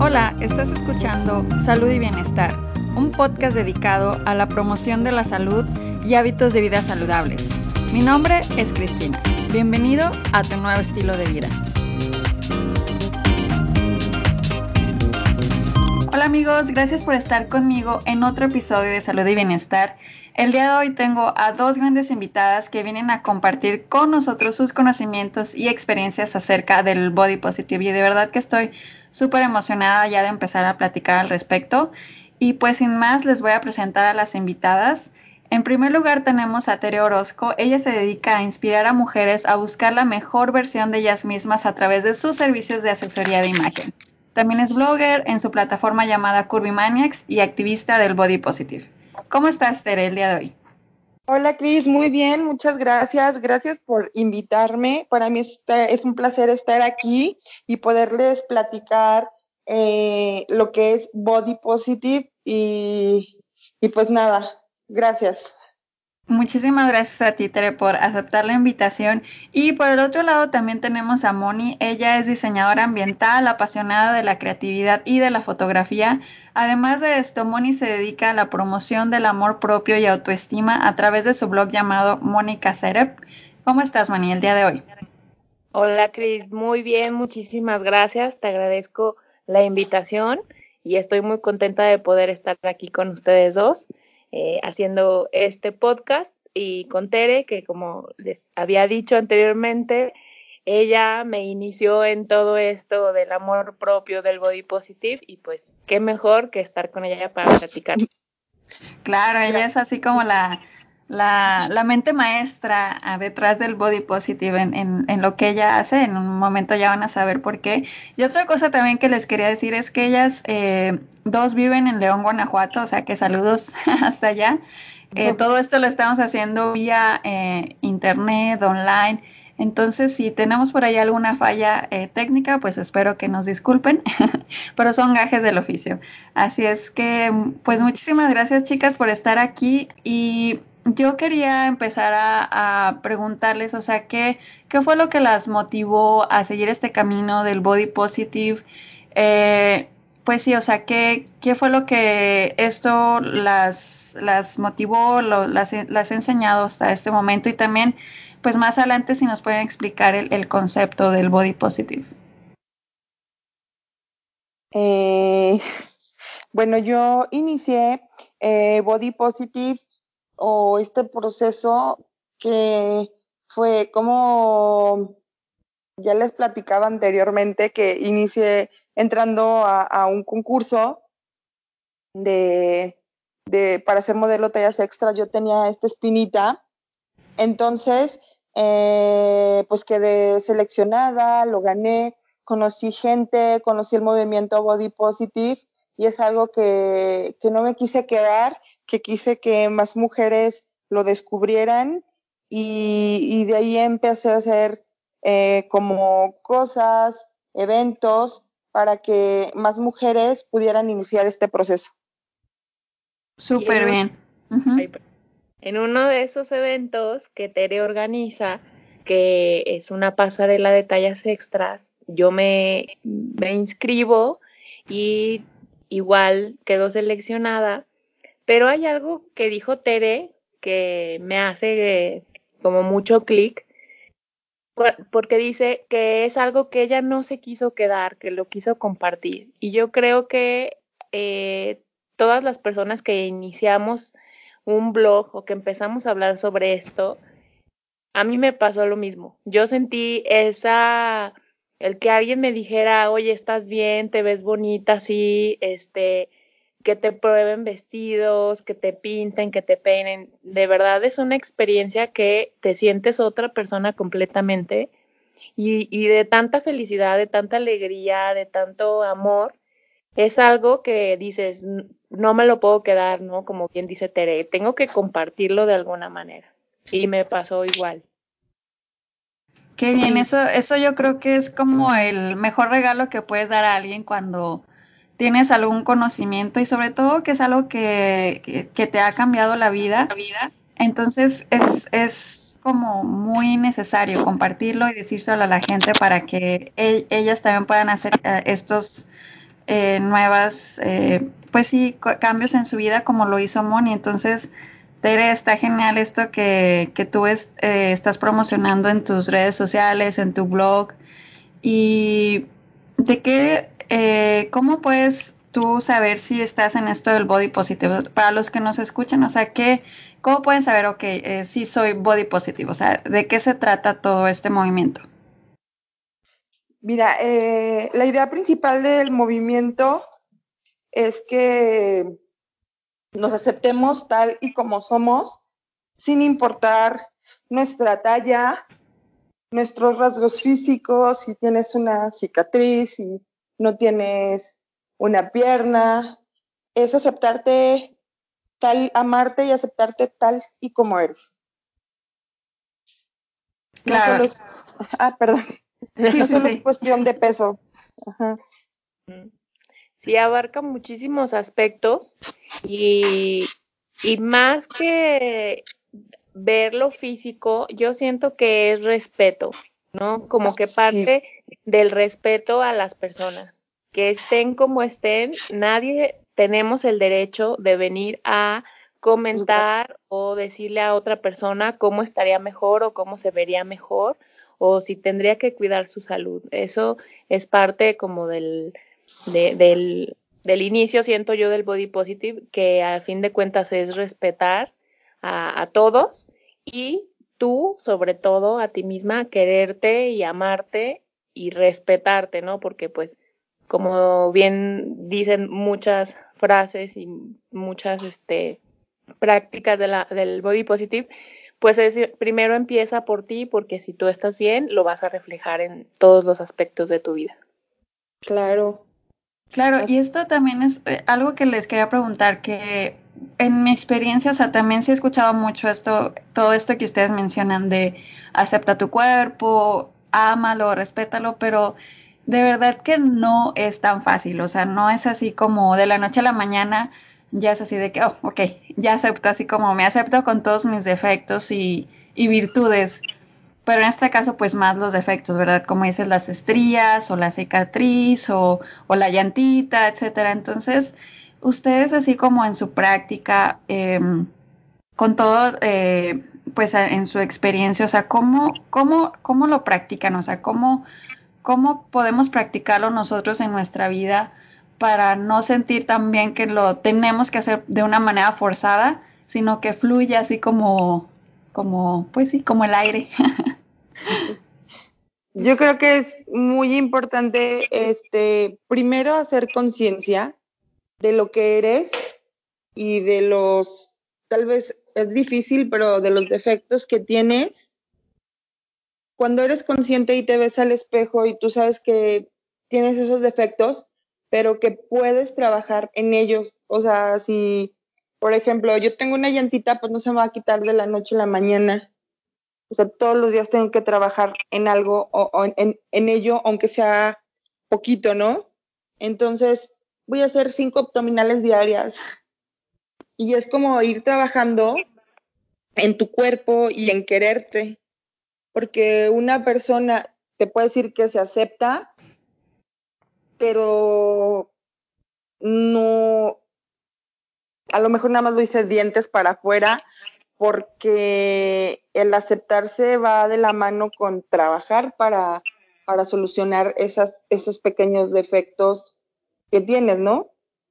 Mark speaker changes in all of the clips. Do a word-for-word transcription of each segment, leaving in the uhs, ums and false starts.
Speaker 1: Hola, estás escuchando Salud y Bienestar, un podcast dedicado a la promoción de la salud y hábitos de vida saludables. Mi nombre es Cristina. Bienvenido a tu nuevo estilo de vida. Hola amigos, gracias por estar conmigo en otro episodio de Salud y Bienestar. El día de hoy tengo a dos grandes invitadas que vienen a compartir con nosotros sus conocimientos y experiencias acerca del body positive, y de verdad que estoy súper emocionada ya de empezar a platicar al respecto. Y pues sin más les voy a presentar a las invitadas. En primer lugar tenemos a Tere Orozco. Ella se dedica a inspirar a mujeres a buscar la mejor versión de ellas mismas a través de sus servicios de asesoría de imagen. También es blogger en su plataforma llamada Curvy Maniacs y activista del body positive. ¿Cómo estás, Tere, el día de hoy?
Speaker 2: Hola, Cris, muy bien, muchas gracias. Gracias por invitarme. Para mí está, es un placer estar aquí y poderles platicar eh, lo que es body positive y, y pues nada, gracias.
Speaker 1: Muchísimas gracias a ti, Tere, por aceptar la invitación. Y por el otro lado también tenemos a Moni. Ella es diseñadora ambiental, apasionada de la creatividad y de la fotografía. Además de esto, Moni se dedica a la promoción del amor propio y autoestima a través de su blog llamado Mónica Serep. ¿Cómo estás, Moni, el día de hoy?
Speaker 3: Hola, Cris, muy bien, muchísimas gracias. Te agradezco la invitación y estoy muy contenta de poder estar aquí con ustedes dos eh, haciendo este podcast, y con Tere, que como les había dicho anteriormente, ella me inició en todo esto del amor propio, del body positive, y pues qué mejor que estar con ella para platicar.
Speaker 1: Claro, ella es así como la, la, la mente maestra detrás del body positive en, en, en lo que ella hace. En un momento ya van a saber por qué. Y otra cosa también que les quería decir es que ellas eh, dos viven en León, Guanajuato, o sea que saludos hasta allá. Eh, todo esto lo estamos haciendo vía eh, internet, online. Entonces, si tenemos por ahí alguna falla eh, técnica, pues espero que nos disculpen, pero son gajes del oficio. Así es que, pues muchísimas gracias, chicas, por estar aquí. Y yo quería empezar a, a preguntarles, o sea, ¿qué, ¿qué fue lo que las motivó a seguir este camino del body positive? Eh, pues sí, o sea, ¿qué, ¿qué fue lo que esto las, las motivó, lo, las, las ha enseñado hasta este momento? Y también, pues más adelante, si nos pueden explicar el, el concepto del body positive.
Speaker 2: Eh, bueno, yo inicié eh, body positive o este proceso que fue como ya les platicaba anteriormente, que inicié entrando a, a un concurso de, de para ser modelo tallas extra. Yo tenía esta espinita, entonces eh, pues quedé seleccionada, lo gané, conocí gente, conocí el movimiento body positive y es algo que, que no me quise quedar, que quise que más mujeres lo descubrieran, y, y de ahí empecé a hacer eh, como cosas, eventos para que más mujeres pudieran iniciar este proceso.
Speaker 1: Súper bien. Uh-huh.
Speaker 3: En uno de esos eventos que Tere organiza, que es una pasarela de tallas extras, yo me, me inscribo y igual quedo seleccionada, pero hay algo que dijo Tere que me hace como mucho clic, porque dice que es algo que ella no se quiso quedar, que lo quiso compartir. Y yo creo que eh, todas las personas que iniciamos un blog o que empezamos a hablar sobre esto, a mí me pasó lo mismo. Yo sentí esa, el que alguien me dijera, oye, estás bien, te ves bonita, sí, este, que te prueben vestidos, que te pinten, que te peinen. De verdad es una experiencia que te sientes otra persona completamente, y, y de tanta felicidad, de tanta alegría, de tanto amor. Es algo que dices, no me lo puedo quedar, ¿no? Como bien dice Tere, tengo que compartirlo de alguna manera. Y me pasó igual.
Speaker 1: Qué bien, eso, eso yo creo que es como el mejor regalo que puedes dar a alguien cuando tienes algún conocimiento, y sobre todo que es algo que, que, que te ha cambiado la vida. Entonces es, es como muy necesario compartirlo y decírselo a la gente para que e- ellas también puedan hacer uh, estos eh, nuevas, eh, pues sí, cambios en su vida como lo hizo Moni. Entonces, Tere, está genial esto que, que tú es, eh, estás promocionando en tus redes sociales, en tu blog. ¿Y de qué, eh, cómo puedes tú saber si estás en esto del body positive? Para los que nos escuchan, o sea, ¿qué, cómo pueden saber, ok, eh, sí soy body positive? O sea, ¿de qué se trata todo este movimiento?
Speaker 2: Mira, eh, la idea principal del movimiento es que nos aceptemos tal y como somos, sin importar nuestra talla, nuestros rasgos físicos, si tienes una cicatriz, si no tienes una pierna, es aceptarte tal, amarte y aceptarte tal y como eres. No solo
Speaker 1: Claro,
Speaker 2: es, ah, perdón,
Speaker 1: sí,
Speaker 2: no
Speaker 1: sí,
Speaker 2: solo es
Speaker 1: sí.
Speaker 2: cuestión de peso. Ajá.
Speaker 3: Sí, abarca muchísimos aspectos y, y más que ver lo físico, yo siento que es respeto, ¿no? Como que
Speaker 2: Sí,
Speaker 3: parte del respeto a las personas, que estén como estén, nadie tenemos el derecho de venir a
Speaker 2: juzgar.
Speaker 3: comentar o decirle a otra persona cómo estaría mejor o cómo se vería mejor o si tendría que cuidar su salud. Eso es parte como del, de, del, del inicio, siento yo, del body positive, que al fin de cuentas es respetar a, a todos y tú, sobre todo, a ti misma, quererte y amarte y respetarte, ¿no? Porque pues, como bien dicen muchas frases y muchas este, prácticas de la, del body positive, pues es, primero empieza por ti, porque si tú estás bien, lo vas a reflejar en todos los aspectos de tu vida.
Speaker 2: Claro.
Speaker 1: Claro, y
Speaker 2: Así-
Speaker 1: esto también es eh, algo que les quería preguntar, que en mi experiencia, o sea, también sí he escuchado mucho esto, todo esto que ustedes mencionan de acepta tu cuerpo, ámalo, respétalo, pero de verdad que no es tan fácil, o sea, no es así como de la noche a la mañana, ya es así de que, oh, ok, ya acepto así como me acepto con todos mis defectos y, y virtudes. Pero en este caso, pues más los defectos, ¿verdad? Como dices, las estrías o la cicatriz o, o la llantita, etcétera. Entonces, ustedes así como en su práctica, eh, con todo, eh, pues en su experiencia, o sea, ¿cómo, cómo, cómo lo practican? O sea, ¿cómo, cómo podemos practicarlo nosotros en nuestra vida para no sentir también que lo tenemos que hacer de una manera forzada, sino que fluya así como, como, pues sí, como el aire?
Speaker 2: Yo creo que es muy importante, este, primero hacer conciencia de lo que eres y de los, tal vez es difícil, pero de los defectos que tienes. Cuando eres consciente y te ves al espejo y tú sabes que tienes esos defectos, pero que puedes trabajar en ellos. O sea, si, por ejemplo, yo tengo una llantita, pues no se me va a quitar de la noche a la mañana. O sea, todos los días tengo que trabajar en algo o, o en, en ello, aunque sea poquito, ¿no? Entonces, voy a hacer cinco abdominales diarias. Y es como ir trabajando en tu cuerpo y en quererte, porque una persona te puede decir que se acepta, pero no, a lo mejor nada más lo dice dientes para afuera, porque el aceptarse va de la mano con trabajar para, para solucionar esas, esos pequeños defectos que tienes, ¿no?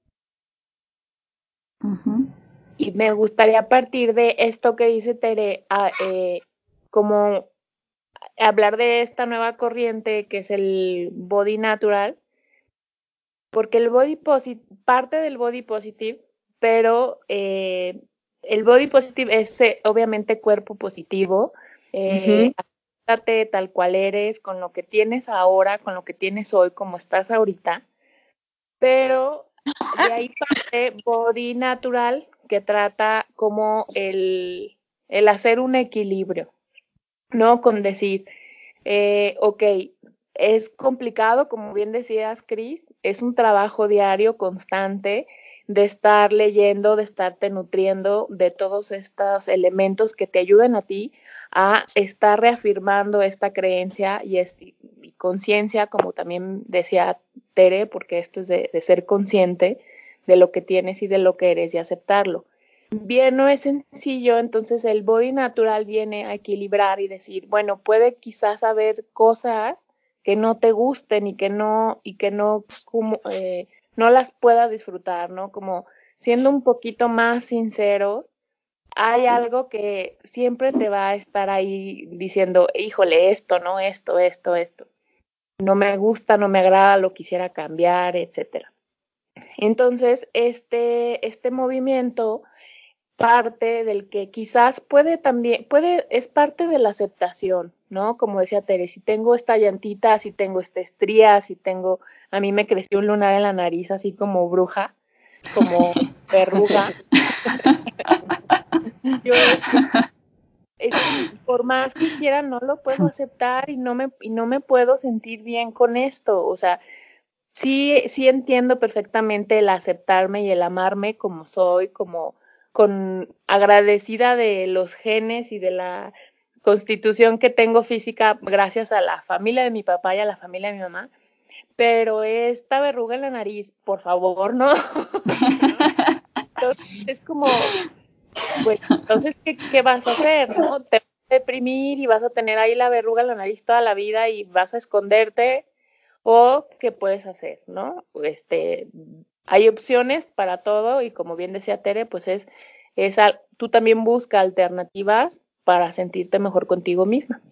Speaker 1: Uh-huh.
Speaker 3: Y me gustaría partir de esto que dice Tere, a, eh, como hablar de esta nueva corriente que es el body natural, porque el body positive, parte del body positive, pero eh, el body positive es eh, obviamente cuerpo positivo, eh,
Speaker 2: Uh-huh.
Speaker 3: acéptate tal cual eres, con lo que tienes ahora, con lo que tienes hoy, como estás ahorita, pero de ahí parte body natural, que trata como el, el hacer un equilibrio, ¿no? Con decir, eh, ok, es complicado, como bien decías, Cris, es un trabajo diario constante de estar leyendo, de estarte nutriendo de todos estos elementos que te ayudan a ti a estar reafirmando esta creencia y, este, y conciencia, como también decía Tere, porque esto es de, de ser consciente de lo que tienes y de lo que eres y aceptarlo. Bien, no es sencillo, entonces el body natural viene a equilibrar y decir, bueno, puede quizás haber cosas que no te gusten y que no, y que no, como, eh, no las puedas disfrutar, ¿no? Como siendo un poquito más sincero, hay algo que siempre te va a estar ahí diciendo, híjole, esto, no, esto, esto, esto. No me gusta, no me agrada, lo quisiera cambiar, etcétera. Entonces, este, este movimiento parte del que quizás puede también, puede, es parte de la aceptación, ¿no? Como decía Tere, si tengo esta llantita, si tengo esta estría, si tengo, a mí me creció un lunar en la nariz así como bruja, como verruga. Yo decía, es que por más que quiera no lo puedo aceptar y no me, y no me puedo sentir bien con esto, o sea, sí, sí entiendo perfectamente el aceptarme y el amarme como soy, como con agradecida de los genes y de la constitución que tengo física gracias a la familia de mi papá y a la familia de mi mamá, pero esta verruga en la nariz, por favor, no. Entonces, es como, pues, entonces, ¿qué, qué vas a hacer, no? Te vas a deprimir y vas a tener ahí la verruga en la nariz toda la vida y vas a esconderte. O qué puedes hacer, ¿no? Este, hay opciones para todo y como bien decía Tere, pues es, es al, tú también busca alternativas para sentirte mejor contigo misma.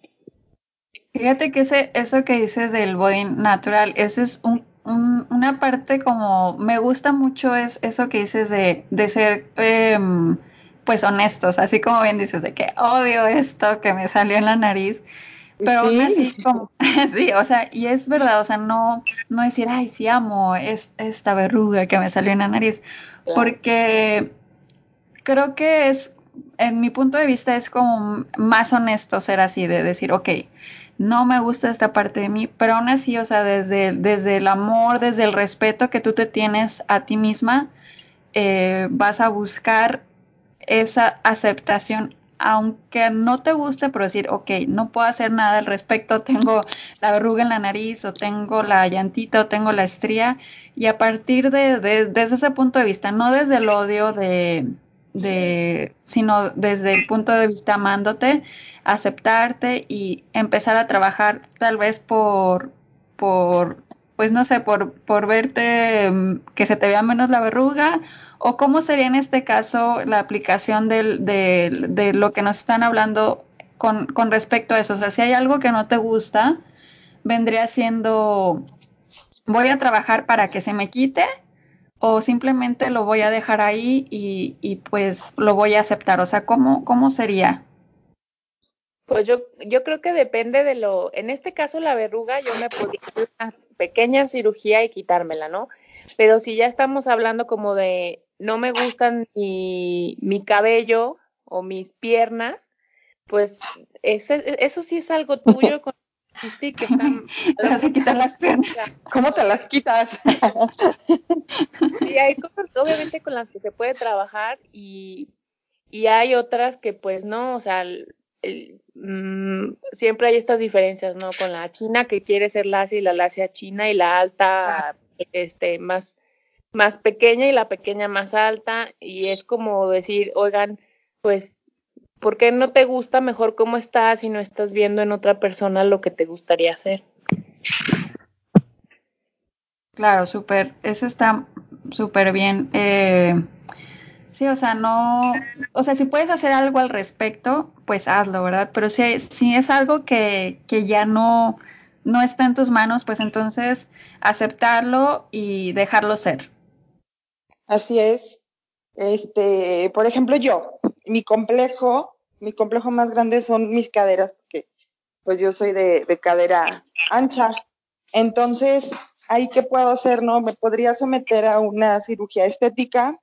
Speaker 1: Fíjate que ese, eso que dices del body natural, ese es un, un, una parte como, me gusta mucho es eso que dices de, de ser, eh, pues honestos, así como bien dices, de que odio esto que me salió en la nariz. Pero aún
Speaker 2: Sí,
Speaker 1: así, como, sí, o sea, y es verdad, o sea, no, no decir, ay, sí amo es, esta verruga que me salió en la nariz,
Speaker 3: Claro.
Speaker 1: porque creo que es, en mi punto de vista, es como más honesto ser así, de decir, ok, no me gusta esta parte de mí, pero aún así, o sea, desde, desde el amor, desde el respeto que tú te tienes a ti misma, eh, vas a buscar esa aceptación, aunque no te guste, pero decir, ok, no puedo hacer nada al respecto, tengo la verruga en la nariz, o tengo la llantita, o tengo la estría, y a partir de, de desde ese punto de vista, no desde el odio de, de, sino desde el punto de vista amándote, aceptarte y empezar a trabajar tal vez por, por pues no sé, por, por verte um, que se te vea menos la verruga, o cómo sería en este caso la aplicación del, de, de lo que nos están hablando con, con respecto a eso. O sea, si hay algo que no te gusta, vendría siendo, voy a trabajar para que se me quite, o simplemente lo voy a dejar ahí y, y pues lo voy a aceptar. O sea, ¿cómo, cómo sería?
Speaker 3: Pues yo, yo creo que depende de lo, en este caso la verruga yo me podría hacer una pequeña cirugía y quitármela, ¿no? Pero si ya estamos hablando como de no me gustan mi, mi cabello o mis piernas, pues ese, eso sí es algo tuyo con que está, a
Speaker 1: Te
Speaker 3: lo
Speaker 1: vas a
Speaker 3: mejor
Speaker 1: quitar las piernas.
Speaker 2: ¿cómo te las quitas?
Speaker 3: sí hay cosas obviamente con las que se puede trabajar y, y hay otras que pues no, o sea, el, el, mmm, siempre hay estas diferencias, ¿no? Con la china que quiere ser lacia y la lacia china y la alta este más más pequeña y la pequeña más alta y es como decir, oigan, pues ¿por qué no te gusta mejor cómo estás y no estás viendo en otra persona lo que te gustaría hacer?
Speaker 1: Claro, súper, eso está súper bien. Eh, sí, o sea, no, o sea, si puedes hacer algo al respecto, pues hazlo, ¿verdad? Pero si, si es algo que, que ya no, no está en tus manos, pues entonces aceptarlo y dejarlo ser.
Speaker 2: Así es. Este, por ejemplo, yo, mi complejo, mi complejo más grande son mis caderas, porque pues yo soy de, de cadera ancha. Entonces, ¿ahí qué puedo hacer, no? Me podría someter a una cirugía estética,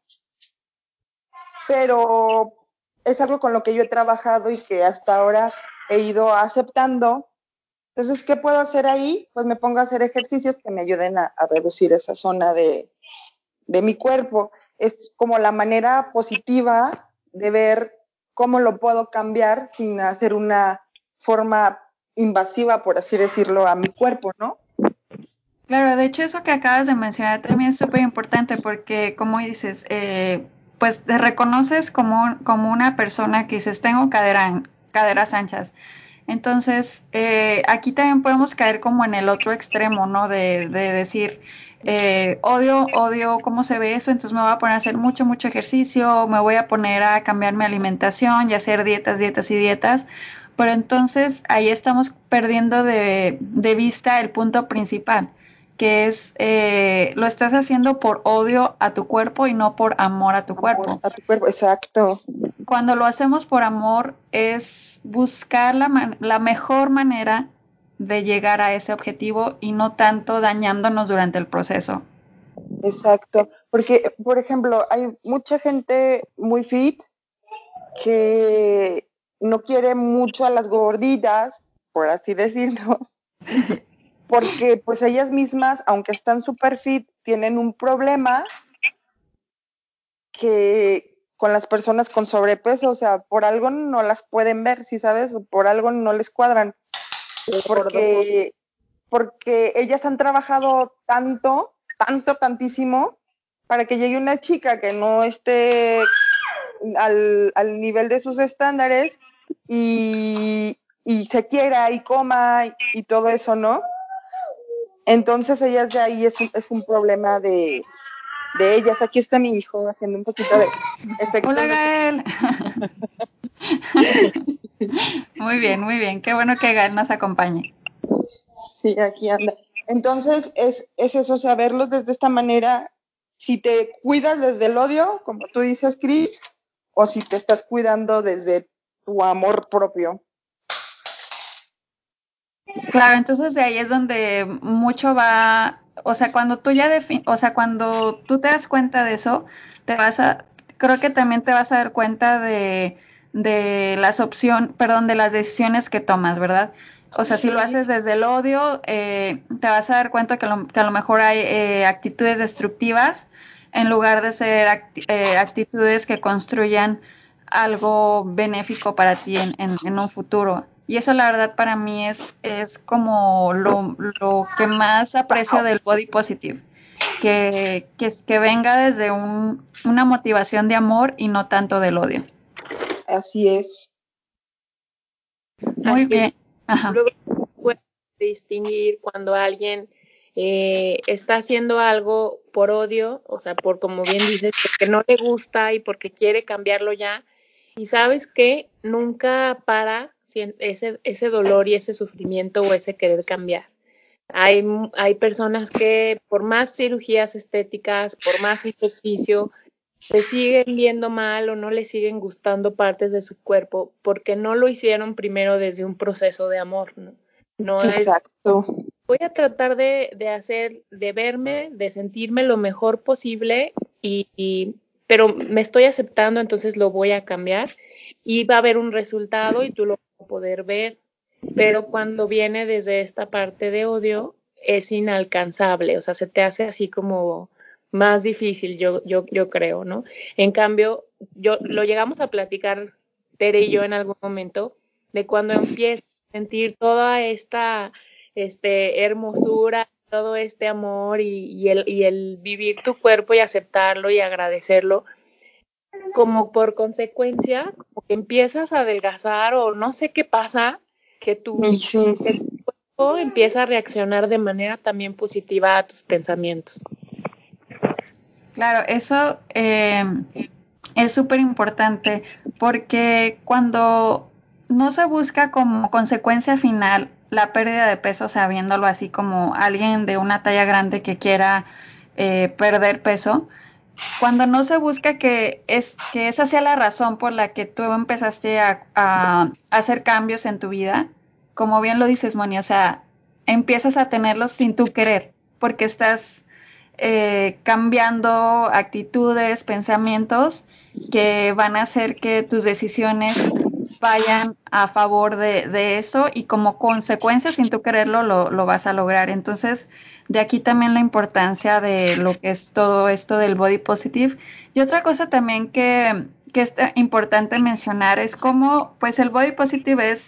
Speaker 2: pero es algo con lo que yo he trabajado y que hasta ahora he ido aceptando. Entonces, ¿qué puedo hacer ahí? Pues me pongo a hacer ejercicios que me ayuden a, a reducir esa zona de, de mi cuerpo. Es como la manera positiva de ver cómo lo puedo cambiar sin hacer una forma invasiva, por así decirlo, a mi cuerpo, ¿no?
Speaker 1: Claro, de hecho eso que acabas de mencionar también es súper importante porque, como dices, eh, pues te reconoces como, como una persona que dices, tengo cadera, caderas anchas. Entonces, eh, aquí también podemos caer como en el otro extremo, ¿no? De, de decir, eh, odio, odio cómo se ve eso, entonces me voy a poner a hacer mucho, mucho ejercicio, me voy a poner a cambiar mi alimentación y hacer dietas, dietas y dietas. Pero entonces ahí estamos perdiendo de, de vista el punto principal, que es, eh, lo estás haciendo por odio a tu cuerpo y no por amor a tu cuerpo.
Speaker 2: A tu cuerpo, exacto.
Speaker 1: Cuando lo hacemos por amor es buscar la, man- la mejor manera de llegar a ese objetivo y no tanto dañándonos durante el proceso.
Speaker 2: Exacto, porque, por ejemplo, hay mucha gente muy fit que no quiere mucho a las gorditas, por así decirlo, porque pues ellas mismas, aunque están super fit, tienen un problema que con las personas con sobrepeso, o sea, por algo no las pueden ver, ¿sí sabes? O por algo no les cuadran, porque, porque ellas han trabajado tanto, tanto, tantísimo, para que llegue una chica que no esté al, al nivel de sus estándares y, y se quiera y coma y, y todo eso, ¿no? Entonces ellas de ahí es un, es un problema de, de ellas. Aquí está mi hijo haciendo un poquito de efectos.
Speaker 1: Hola, Gael. Muy bien, muy bien. Qué bueno que Gael nos acompañe.
Speaker 2: Sí, aquí anda. Entonces es, es eso, saberlos desde esta manera, si te cuidas desde el odio, como tú dices, Cris, o si te estás cuidando desde tu amor propio.
Speaker 1: Claro, entonces de ahí es donde mucho va, o sea, cuando tú ya defin, o sea, cuando tú te das cuenta de eso, te vas a, creo que también te vas a dar cuenta de, de las opciones, perdón, de las decisiones que tomas, ¿verdad? O sea, si lo haces desde el odio, eh, te vas a dar cuenta que, lo, que a lo mejor hay eh, actitudes destructivas en lugar de ser acti eh, actitudes que construyan algo benéfico para ti en, en, en un futuro. Y eso la verdad para mí es, es como lo, lo que más aprecio del body positive, que, que, que venga desde un, una motivación de amor y no tanto del odio.
Speaker 2: Así es.
Speaker 1: Muy
Speaker 3: Así
Speaker 1: bien.
Speaker 3: es.
Speaker 1: Ajá.
Speaker 3: Luego puedes distinguir cuando alguien eh, está haciendo algo por odio, o sea, por como bien dices, porque no le gusta y porque quiere cambiarlo ya. Y sabes que nunca para ese, ese dolor y ese sufrimiento o ese querer cambiar. Hay, hay personas que por más cirugías estéticas, por más ejercicio, le siguen viendo mal o no le siguen gustando partes de su cuerpo porque no lo hicieron primero desde un proceso de amor, ¿no? No
Speaker 2: Exacto.
Speaker 3: Es, voy a tratar de, de hacer, de verme, de sentirme lo mejor posible y, y, pero me estoy aceptando, entonces lo voy a cambiar y va a haber un resultado y tú lo vas a poder ver, pero cuando viene desde esta parte de odio es inalcanzable, o sea, se te hace así como más difícil, yo, yo, yo creo, ¿no? En cambio, yo lo llegamos a platicar, Tere y yo, en algún momento, de cuando empiezas a sentir toda esta este, hermosura, todo este amor y, y, el, y el vivir tu cuerpo y aceptarlo y agradecerlo, como por consecuencia, como que empiezas a adelgazar o no sé qué pasa, que tu,
Speaker 2: Sí.
Speaker 3: que tu cuerpo empieza a reaccionar de manera también positiva a tus pensamientos.
Speaker 1: Claro, eso eh, es súper importante porque cuando no se busca como consecuencia final la pérdida de peso, o sea, viéndolo así como alguien de una talla grande que quiera eh, perder peso, cuando no se busca que, es, que esa sea la razón por la que tú empezaste a, a hacer cambios en tu vida, como bien lo dices, Moni, o sea, empiezas a tenerlos sin tú querer, porque estás eh, cambiando actitudes, pensamientos que van a hacer que tus decisiones vayan a favor de, de eso y como consecuencia, sin tú quererlo, lo, lo vas a lograr. Entonces, de aquí también la importancia de lo que es todo esto del body positive. Y otra cosa también que, que es importante mencionar es cómo, pues el body positive es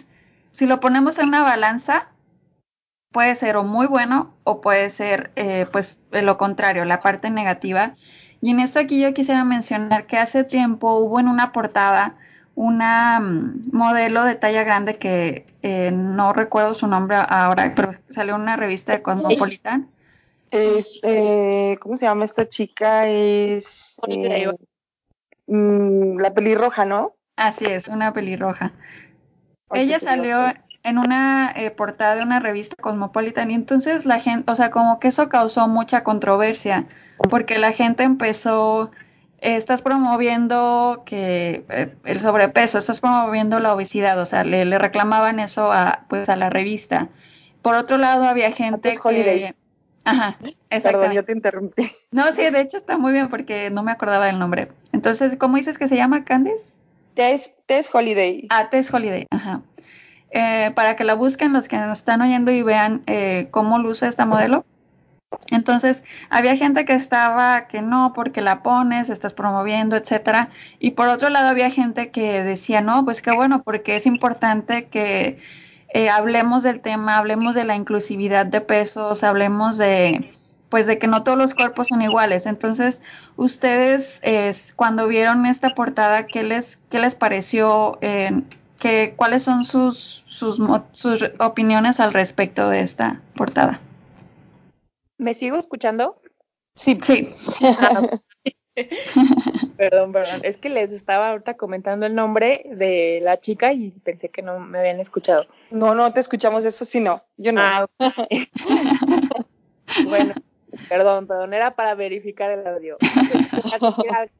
Speaker 1: si lo ponemos en una balanza, puede ser o muy bueno o puede ser eh, pues lo contrario, la parte negativa. Y en esto aquí yo quisiera mencionar que hace tiempo hubo en una portada una um, modelo de talla grande que eh, no recuerdo su nombre ahora, pero salió en una revista de Cosmopolitan.
Speaker 2: Es, eh, ¿cómo se llama esta chica? Es eh, mm, la pelirroja, ¿no?
Speaker 1: Así es, una pelirroja.
Speaker 2: Ay,
Speaker 1: Ella
Speaker 2: qué feo.
Speaker 1: salió en una eh, portada de una revista Cosmopolitan y entonces la gente, o sea, como que eso causó mucha controversia porque la gente empezó, eh, estás promoviendo que eh, el sobrepeso, estás promoviendo la obesidad, o sea, le, le reclamaban eso a, pues, a la revista. Por otro lado, había gente
Speaker 2: Tess Holiday.
Speaker 1: que... Ajá, exactamente.
Speaker 2: Perdón, yo te interrumpí.
Speaker 1: No, sí, de hecho está muy bien porque no me acordaba del nombre. Entonces, ¿cómo dices que se llama, Candice?
Speaker 2: Tess, Tess Holiday.
Speaker 1: Ah, Tess Holiday, ajá. Eh, para que la busquen los que nos están oyendo y vean eh, cómo luce esta modelo. Entonces, había gente que estaba que no, porque la pones, estás promoviendo, etcétera. Y por otro lado, había gente que decía, no, pues qué bueno, porque es importante que eh, hablemos del tema, hablemos de la inclusividad de pesos, hablemos de, pues de que no todos los cuerpos son iguales. Entonces, ustedes, eh, cuando vieron esta portada, ¿qué les, qué les pareció? Eh, que, ¿cuáles son sus, sus, sus opiniones al respecto de esta portada?
Speaker 3: ¿Me sigo escuchando?
Speaker 2: Sí.
Speaker 1: Sí.
Speaker 3: Ah, perdón, perdón. Es que les estaba ahorita comentando el nombre de la chica y pensé que no me habían escuchado.
Speaker 2: No, no te escuchamos, eso sí, no. Yo no.
Speaker 3: Ah, okay. Bueno, perdón, perdón, era para verificar el audio. No sé si querías decir algo.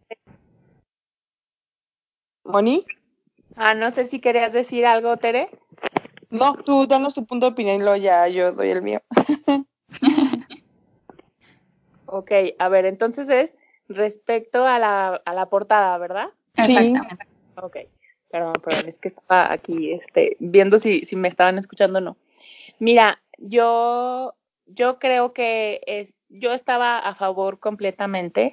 Speaker 2: ¿Moni?
Speaker 3: Ah, no sé si querías decir algo, Tere.
Speaker 2: No, tú danos tu punto de opinión y luego ya yo doy el mío.
Speaker 3: Ok, a ver, entonces es respecto a la, a la portada, ¿verdad?
Speaker 2: Sí.
Speaker 1: Exactamente.
Speaker 3: Ok, perdón, perdón, es que estaba aquí este, viendo si, si me estaban escuchando o no. Mira, yo, yo creo que es, yo estaba a favor completamente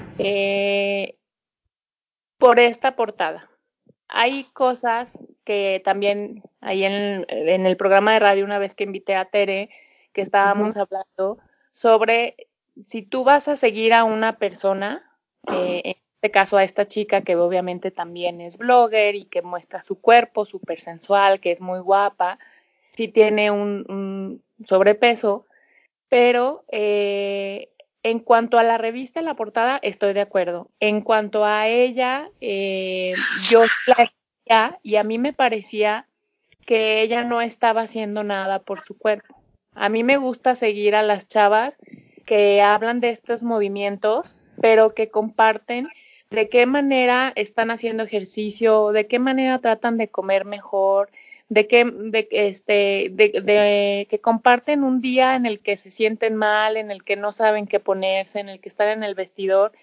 Speaker 3: eh, por esta portada. Hay cosas que también ahí en, en el programa de radio, una vez que invité a Tere, que estábamos uh-huh. hablando sobre si tú vas a seguir a una persona, eh, en este caso a esta chica que obviamente también es blogger y que muestra su cuerpo súper sensual, que es muy guapa, sí tiene un, un sobrepeso, pero eh, en cuanto a la revista, la portada, estoy de acuerdo. En cuanto a ella, eh, yo la decía y a mí me parecía que ella no estaba haciendo nada por su cuerpo. A mí me gusta seguir a las chavas que hablan de estos movimientos, pero que comparten de qué manera están haciendo ejercicio, de qué manera tratan de comer mejor, de que, de, este, de, de, que comparten un día en el que se sienten mal, en el que no saben qué ponerse, en el que están en el vestidor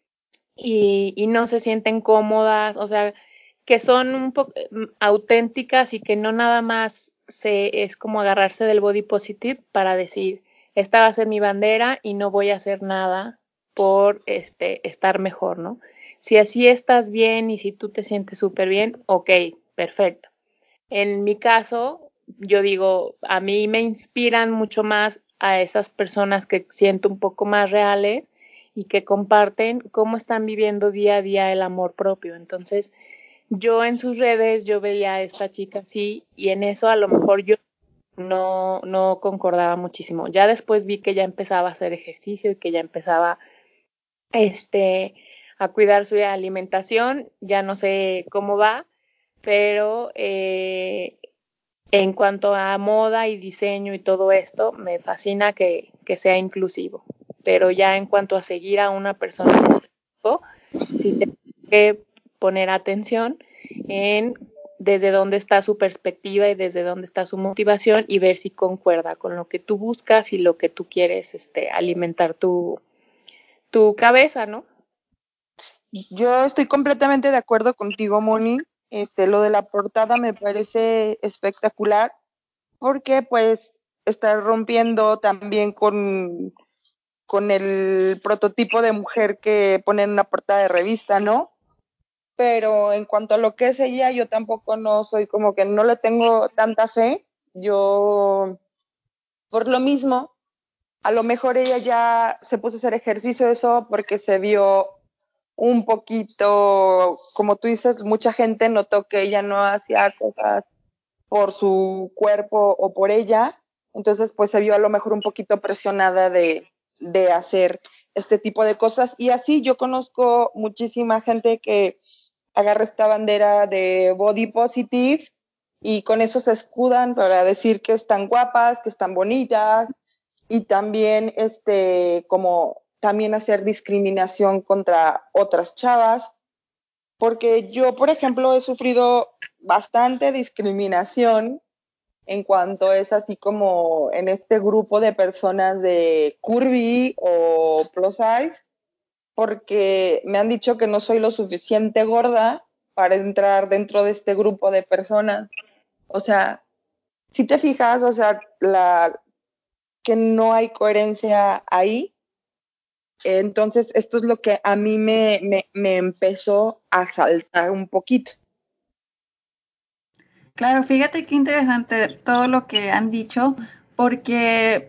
Speaker 3: y, y no se sienten cómodas, o sea, que son un poco auténticas y que no nada más se, es como agarrarse del body positive para decir, esta va a ser mi bandera y no voy a hacer nada por este, estar mejor, ¿no? Si así estás bien y si tú te sientes súper bien, ok, perfecto. En mi caso, yo digo, a mí me inspiran mucho más a esas personas que siento un poco más reales y que comparten cómo están viviendo día a día el amor propio. Entonces, yo en sus redes, yo veía a esta chica así y en eso a lo mejor yo no, no concordaba muchísimo. Ya después vi que ya empezaba a hacer ejercicio y que ya empezaba este, a cuidar su alimentación. Ya no sé cómo va, pero eh, en cuanto a moda y diseño y todo esto, me fascina que, que sea inclusivo. Pero ya en cuanto a seguir a una persona, sí tengo que poner atención en desde dónde está su perspectiva y desde dónde está su motivación y ver si concuerda con lo que tú buscas y lo que tú quieres este, alimentar tu, tu cabeza, ¿no?
Speaker 2: Yo estoy completamente de acuerdo contigo, Moni. Este, lo de la portada me parece espectacular porque pues está rompiendo también con, con el prototipo de mujer que pone en una portada de revista, ¿no? pero en cuanto a lo que es ella, yo tampoco no soy como que no le tengo tanta fe. Yo, por lo mismo, a lo mejor ella ya se puso a hacer ejercicio eso porque se vio un poquito, como tú dices, mucha gente notó que ella no hacía cosas por su cuerpo o por ella, entonces pues se vio a lo mejor un poquito presionada de, de hacer este tipo de cosas. Y así yo conozco muchísima gente que agarra esta bandera de body positive y con eso se escudan para decir que están guapas, que están bonitas, y también este como también hacer discriminación contra otras chavas, porque yo, por ejemplo, he sufrido bastante discriminación en cuanto es así como en este grupo de personas de curvy o plus size, porque me han dicho que no soy lo suficiente gorda para entrar dentro de este grupo de personas. O sea, si te fijas, o sea, la que no hay coherencia ahí. Entonces, esto es lo que a mí me, me, me empezó a saltar un poquito.
Speaker 1: Claro, fíjate qué interesante todo lo que han dicho, porque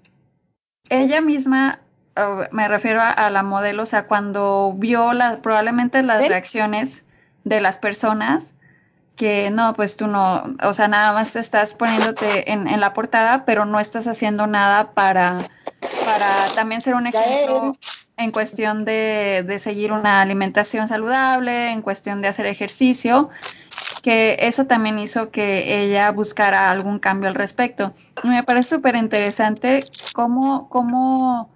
Speaker 1: ella misma, uh, me refiero a, a la modelo, o sea, cuando vio la, probablemente las
Speaker 2: ¿Ven?
Speaker 1: reacciones de las personas, que no, pues tú no, o sea, nada más estás poniéndote en, en la portada, pero no estás haciendo nada para, para también ser un ejemplo en cuestión de, de seguir una alimentación saludable, en cuestión de hacer ejercicio, que eso también hizo que ella buscara algún cambio al respecto. Me parece súper interesante cómo, cómo,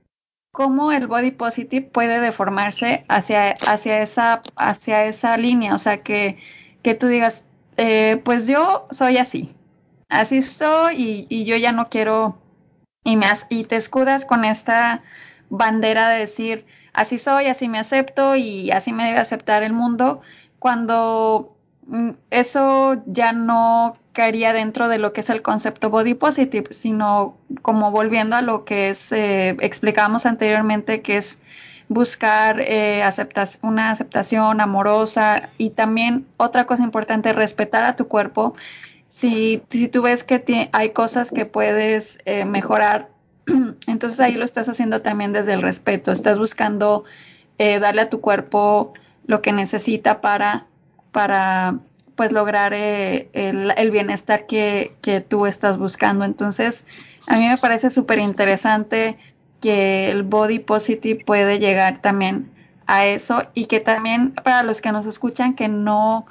Speaker 1: cómo el body positive puede deformarse hacia, hacia, esa, hacia esa línea, o sea, que, que tú digas, eh, pues yo soy así, así soy y, y yo ya no quiero, y, me, y te escudas con esta bandera de decir, así soy, así me acepto y así me debe aceptar el mundo, cuando mm, eso ya no caería dentro de lo que es el concepto body positive, sino como volviendo a lo que es, eh, explicábamos anteriormente, que es buscar eh, aceptas, una aceptación amorosa y también otra cosa importante, respetar a tu cuerpo. Si, si tú ves que hay cosas que puedes eh, mejorar, entonces ahí lo estás haciendo también desde el respeto. Estás buscando eh, darle a tu cuerpo lo que necesita para, para pues lograr eh, el, el, bienestar que, que tú estás buscando. Entonces, a mí me parece súper interesante que el body positive puede llegar también a eso y que también para los que nos escuchan que no,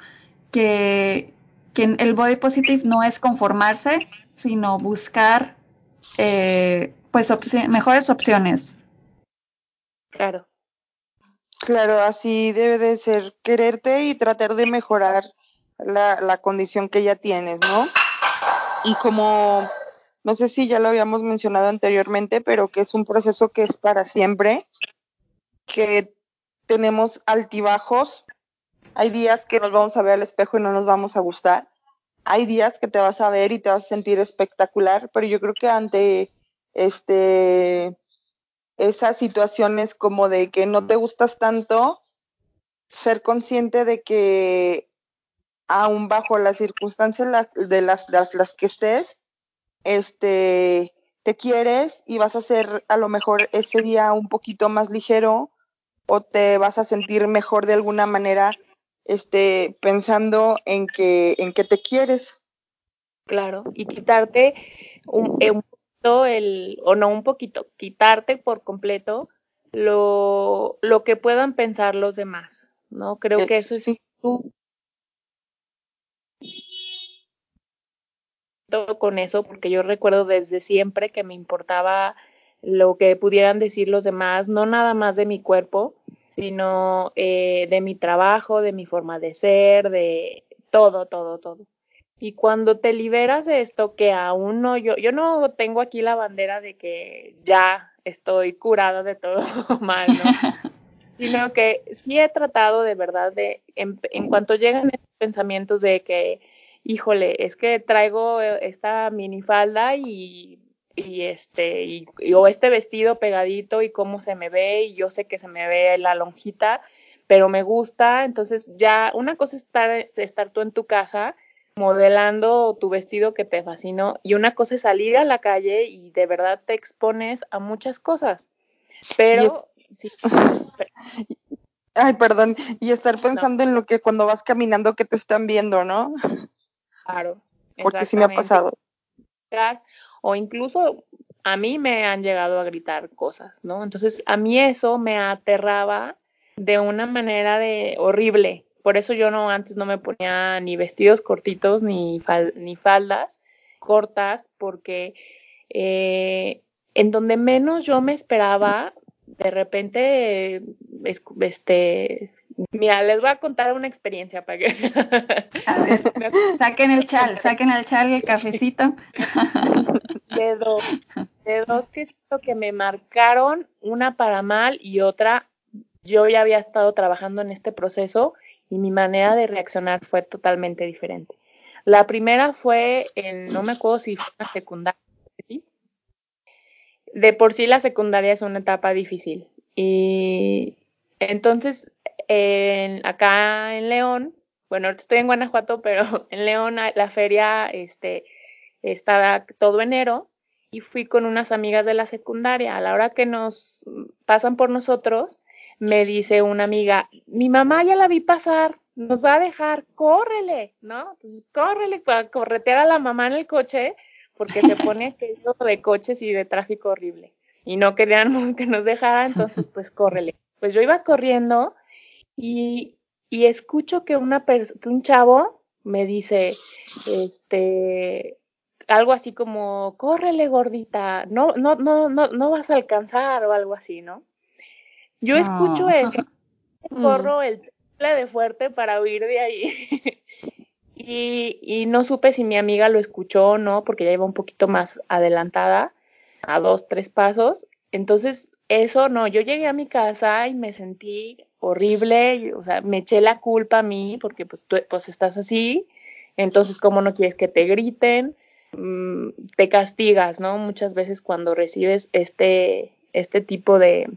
Speaker 1: que, que el body positive no es conformarse, sino buscar eh, pues opci- mejores opciones.
Speaker 3: Claro.
Speaker 2: Claro, así debe de ser, quererte y tratar de mejorar la, la condición que ya tienes, ¿no? Y como, no sé si ya lo habíamos mencionado anteriormente, pero que es un proceso que es para siempre, que tenemos altibajos. Hay días que nos vamos a ver al espejo y no nos vamos a gustar. Hay días que te vas a ver y te vas a sentir espectacular, pero yo creo que ante este esas situaciones como de que no te gustas tanto, ser consciente de que aún bajo las circunstancias de las, de las, las que estés, este, te quieres y vas a ser a lo mejor ese día un poquito más ligero o te vas a sentir mejor de alguna manera, este, pensando en que, en que te quieres.
Speaker 3: Claro, y quitarte un, un poquito el, o no un poquito, quitarte por completo lo, lo que puedan pensar los demás, ¿no? Creo
Speaker 2: Eh,
Speaker 3: que eso es
Speaker 2: sí.
Speaker 3: tú con eso, porque yo recuerdo desde siempre que me importaba lo que pudieran decir los demás, no nada más de mi cuerpo, sino eh, de mi trabajo, de mi forma de ser, de todo, todo, todo. Y cuando te liberas de esto, que aún no, yo, yo no tengo aquí la bandera de que ya estoy curada de todo mal, ¿no? Sino que sí he tratado de verdad de, en, en cuanto llegan estos pensamientos de que, híjole, es que traigo esta minifalda y, y este, y, y, o este vestido pegadito y cómo se me ve, y yo sé que se me ve la lonjita, pero me gusta, entonces ya una cosa es estar, estar tú en tu casa modelando tu vestido que te fascinó y una cosa es salir a la calle y de verdad te expones a muchas cosas, pero es... sí, pero...
Speaker 2: Ay, perdón, y estar pensando no. en lo que cuando vas caminando que te están viendo, ¿no?
Speaker 3: Claro,
Speaker 2: porque sí me ha pasado.
Speaker 3: O incluso a mí me han llegado a gritar cosas, ¿no? Entonces a mí eso me aterraba de una manera de horrible. Por eso yo no antes no me ponía ni vestidos cortitos ni, fal, ni faldas cortas, porque eh, en donde menos yo me esperaba, de repente, este, mira, les voy a contar una experiencia para que...
Speaker 1: A ver, saquen el chal, saquen el chal y el cafecito.
Speaker 3: De dos, de dos que siento que me marcaron, una para mal y otra, yo ya había estado trabajando en este proceso y mi manera de reaccionar fue totalmente diferente. La primera fue en, no me acuerdo si fue una secundaria, ¿sí? De por sí la secundaria es una etapa difícil. Y entonces, en, acá en León, bueno, ahorita estoy en Guanajuato, pero en León la feria este, estaba todo enero y fui con unas amigas de la secundaria. A la hora que nos pasan por nosotros, me dice una amiga, mi mamá ya la vi pasar, nos va a dejar, córrele, ¿no? Entonces, córrele para corretear a la mamá en el coche, porque se pone aquello de coches y de tráfico horrible. Y no querían que nos dejara, entonces pues córrele. Pues yo iba corriendo y, y escucho que, una que un chavo me dice, este, algo así como, córrele gordita, no, no, no, no, no vas a alcanzar o algo así, ¿no? Yo no. escucho eso, corro el triple de fuerte para huir de ahí. Y, y no supe si mi amiga lo escuchó o no, porque ya iba un poquito más adelantada, a dos, tres pasos. Entonces, eso no, yo llegué a mi casa y me sentí horrible, y, o sea, me eché la culpa a mí, porque pues tú pues estás así, entonces, ¿cómo no quieres que te griten? Mm, te castigas, ¿no? Muchas veces cuando recibes este, este tipo de,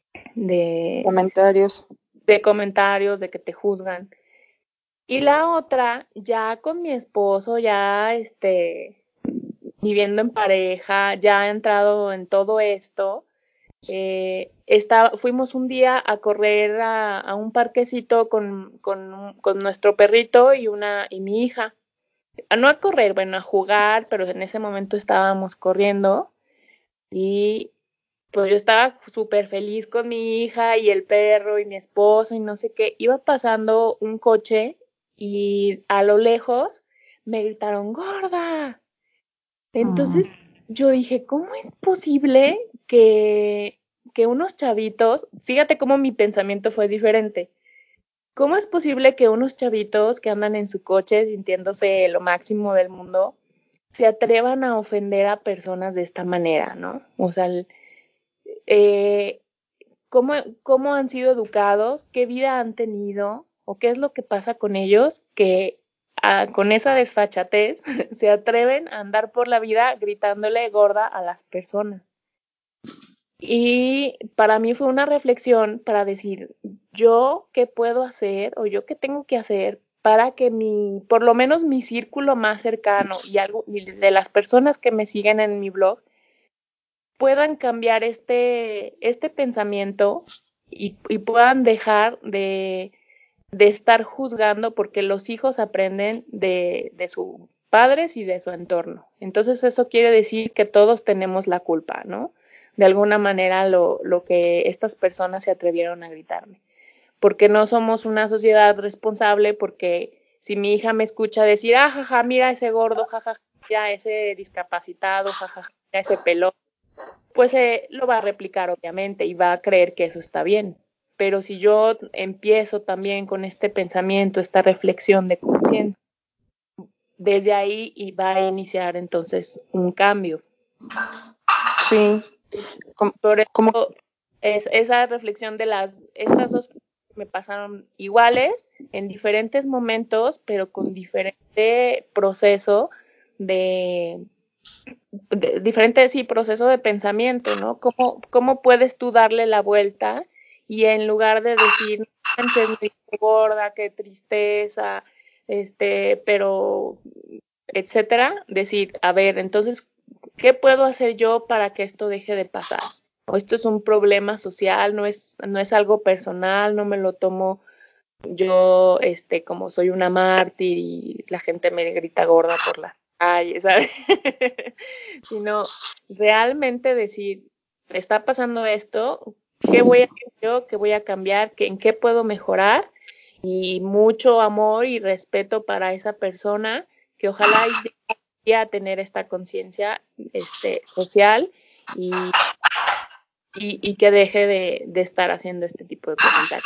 Speaker 3: de
Speaker 2: comentarios,
Speaker 3: de comentarios, de que te juzgan. Y la otra, ya con mi esposo, ya este, viviendo en pareja, ya entrado en todo esto, eh, está, fuimos un día a correr a, a un parquecito con, con, con nuestro perrito y, una, y mi hija. No a correr, bueno, a jugar, pero en ese momento estábamos corriendo y pues yo estaba súper feliz con mi hija y el perro y mi esposo y no sé qué. Iba pasando un coche y a lo lejos me gritaron, ¡gorda! Entonces mm. yo dije, ¿cómo es posible que, que unos chavitos, fíjate cómo mi pensamiento fue diferente, ¿cómo es posible que unos chavitos que andan en su coche sintiéndose lo máximo del mundo se atrevan a ofender a personas de esta manera, ¿no? O sea, el, eh, ¿cómo, cómo han sido educados, qué vida han tenido o qué es lo que pasa con ellos que a, con esa desfachatez se atreven a andar por la vida gritándole gorda a las personas. Y para mí fue una reflexión para decir, yo qué puedo hacer o yo qué tengo que hacer para que mi, por lo menos mi círculo más cercano y algo y de las personas que me siguen en mi blog puedan cambiar este, este pensamiento y, y puedan dejar de, de estar juzgando, porque los hijos aprenden de, de sus padres y de su entorno. Entonces eso quiere decir que todos tenemos la culpa, ¿no? De alguna manera lo, lo que estas personas se atrevieron a gritarme. Porque no somos una sociedad responsable, porque si mi hija me escucha decir, ah, jaja, mira ese gordo, jajaja, mira ese discapacitado, jajaja, mira ese pelón, pues eh, lo va a replicar obviamente y va a creer que eso está bien. Pero si yo empiezo también con este pensamiento, esta reflexión de conciencia, desde ahí y va a iniciar entonces un cambio.
Speaker 2: Sí.
Speaker 3: Por eso ¿Cómo? Es esa reflexión de las, estas dos me pasaron iguales en diferentes momentos, pero con diferente proceso de, de diferente sí, proceso de pensamiento, ¿no? ¿Cómo, cómo puedes tú darle la vuelta y en lugar de decir, no manches, me dice gorda, qué tristeza, este, pero, etcétera, decir, a ver, entonces, ¿qué puedo hacer yo para que esto deje de pasar? O esto es un problema social, no es, no es algo personal, no me lo tomo yo, este, como soy una mártir y la gente me grita gorda por la calle, ¿sabes? Sino realmente decir, está pasando esto, ¿qué voy a hacer yo? ¿Qué voy a cambiar? ¿En qué puedo mejorar? Y mucho amor y respeto para esa persona que ojalá llegue a tener esta conciencia este, social y, y, y que deje de, de estar haciendo este tipo de comentarios.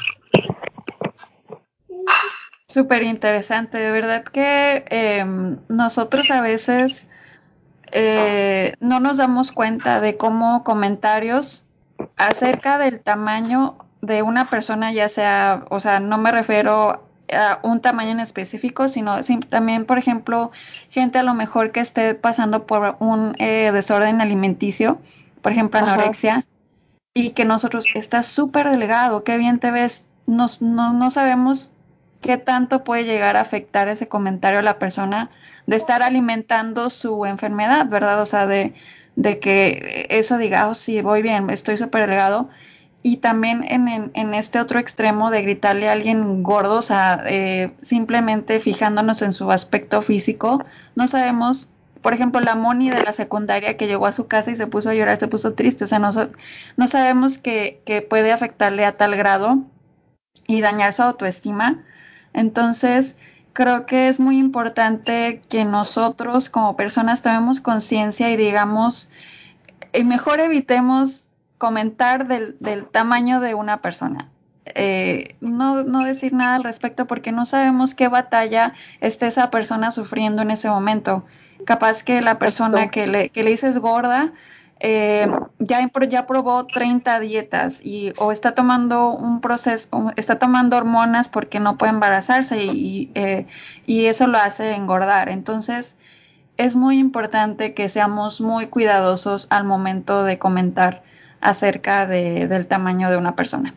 Speaker 1: Súper interesante, de verdad que eh, nosotros a veces eh, no nos damos cuenta de cómo comentarios acerca del tamaño de una persona, ya sea, o sea, no me refiero a un tamaño en específico, sino sí, también, por ejemplo, gente a lo mejor que esté pasando por un eh, desorden alimenticio, por ejemplo, anorexia, ajá, y que nosotros, estás súper delgado, qué bien te ves, nos, no, no sabemos qué tanto puede llegar a afectar ese comentario a la persona de estar alimentando su enfermedad, ¿verdad? O sea, de, de que eso diga, oh, sí, voy bien, estoy súper delgado. Y también en, en, en este otro extremo de gritarle a alguien gordo, o sea, eh, simplemente fijándonos en su aspecto físico, no sabemos, por ejemplo, la Moni de la secundaria que llegó a su casa y se puso a llorar, se puso triste, o sea, no, no sabemos que, que puede afectarle a tal grado y dañar su autoestima. Entonces, creo que es muy importante que nosotros como personas tomemos conciencia y digamos, eh, mejor evitemos comentar del, del tamaño de una persona. Eh, no, no decir nada al respecto porque no sabemos qué batalla esté esa persona sufriendo en ese momento. Capaz que la persona que le, que le dices gorda eh, ya, ya probó treinta dietas y, o está tomando un proceso, está tomando hormonas porque no puede embarazarse y, eh, y eso lo hace engordar. Entonces, es muy importante que seamos muy cuidadosos al momento de comentar acerca de, del tamaño de una persona.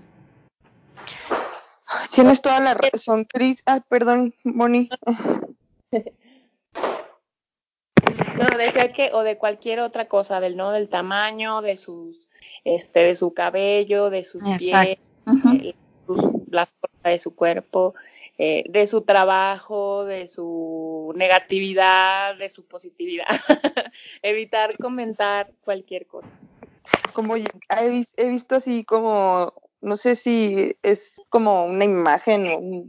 Speaker 2: Tienes toda la razón, Cris. Ah, perdón, Moni.
Speaker 3: No, decía que, o de cualquier otra cosa, del no, del tamaño, de sus, este, de su cabello, de sus
Speaker 1: Exacto.
Speaker 3: pies,
Speaker 1: Uh-huh.
Speaker 3: eh, su, la forma de su cuerpo, eh, de su trabajo, de su negatividad, de su positividad. Evitar comentar cualquier cosa.
Speaker 2: Como he, he visto así como, no sé si es como una imagen o un,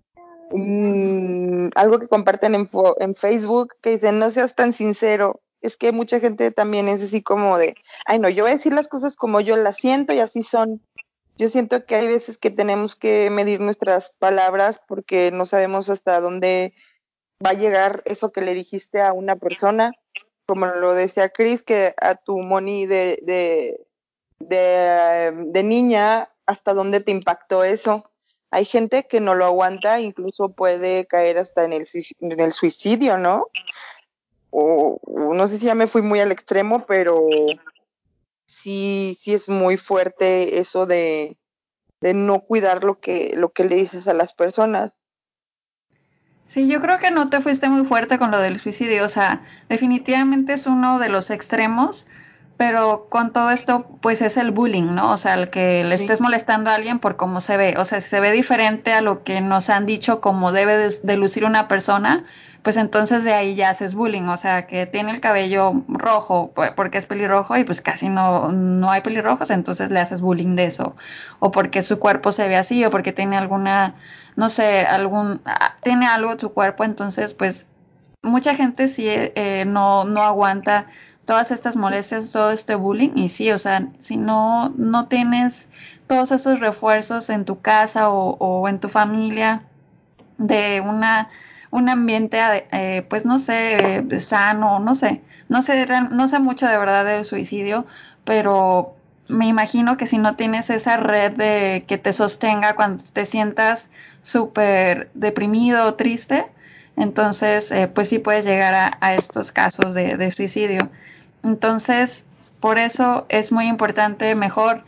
Speaker 2: un, algo que comparten en, en Facebook que dicen, no seas tan sincero. Es que mucha gente también es así como de, ay no, yo voy a decir las cosas como yo las siento y así son. Yo siento que hay veces que tenemos que medir nuestras palabras porque no sabemos hasta dónde va a llegar eso que le dijiste a una persona. Como lo decía Cris, que a tu Moni de, de, de, de niña, hasta dónde te impactó eso. Hay gente que no lo aguanta, incluso puede caer hasta en el, en el suicidio, ¿no? O, o no sé si ya me fui muy al extremo, pero sí, sí es muy fuerte eso de, de no cuidar lo que, lo que le dices a las personas.
Speaker 1: Sí, yo creo que no te fuiste muy fuerte con lo del suicidio, o sea, definitivamente es uno de los extremos, pero con todo esto, pues es el bullying, ¿no? O sea, el que le sí. estés molestando a alguien por cómo se ve, o sea, si se ve diferente a lo que nos han dicho como debe de, de lucir una persona, pues entonces de ahí ya haces bullying, o sea, que tiene el cabello rojo porque es pelirrojo y pues casi no, no hay pelirrojos, entonces le haces bullying de eso, o porque su cuerpo se ve así, o porque tiene alguna, no sé, algún, tiene algo en su cuerpo, entonces pues mucha gente sí eh, no, no aguanta todas estas molestias, todo este bullying, y sí, o sea, si no, no tienes todos esos refuerzos en tu casa o, o en tu familia de una un ambiente, eh, pues no sé, sano, no sé, no sé, no sé mucho de verdad del suicidio, pero me imagino que si no tienes esa red de que te sostenga cuando te sientas súper deprimido o triste, entonces eh, pues sí puedes llegar a, a estos casos de, de suicidio. Entonces, por eso es muy importante mejor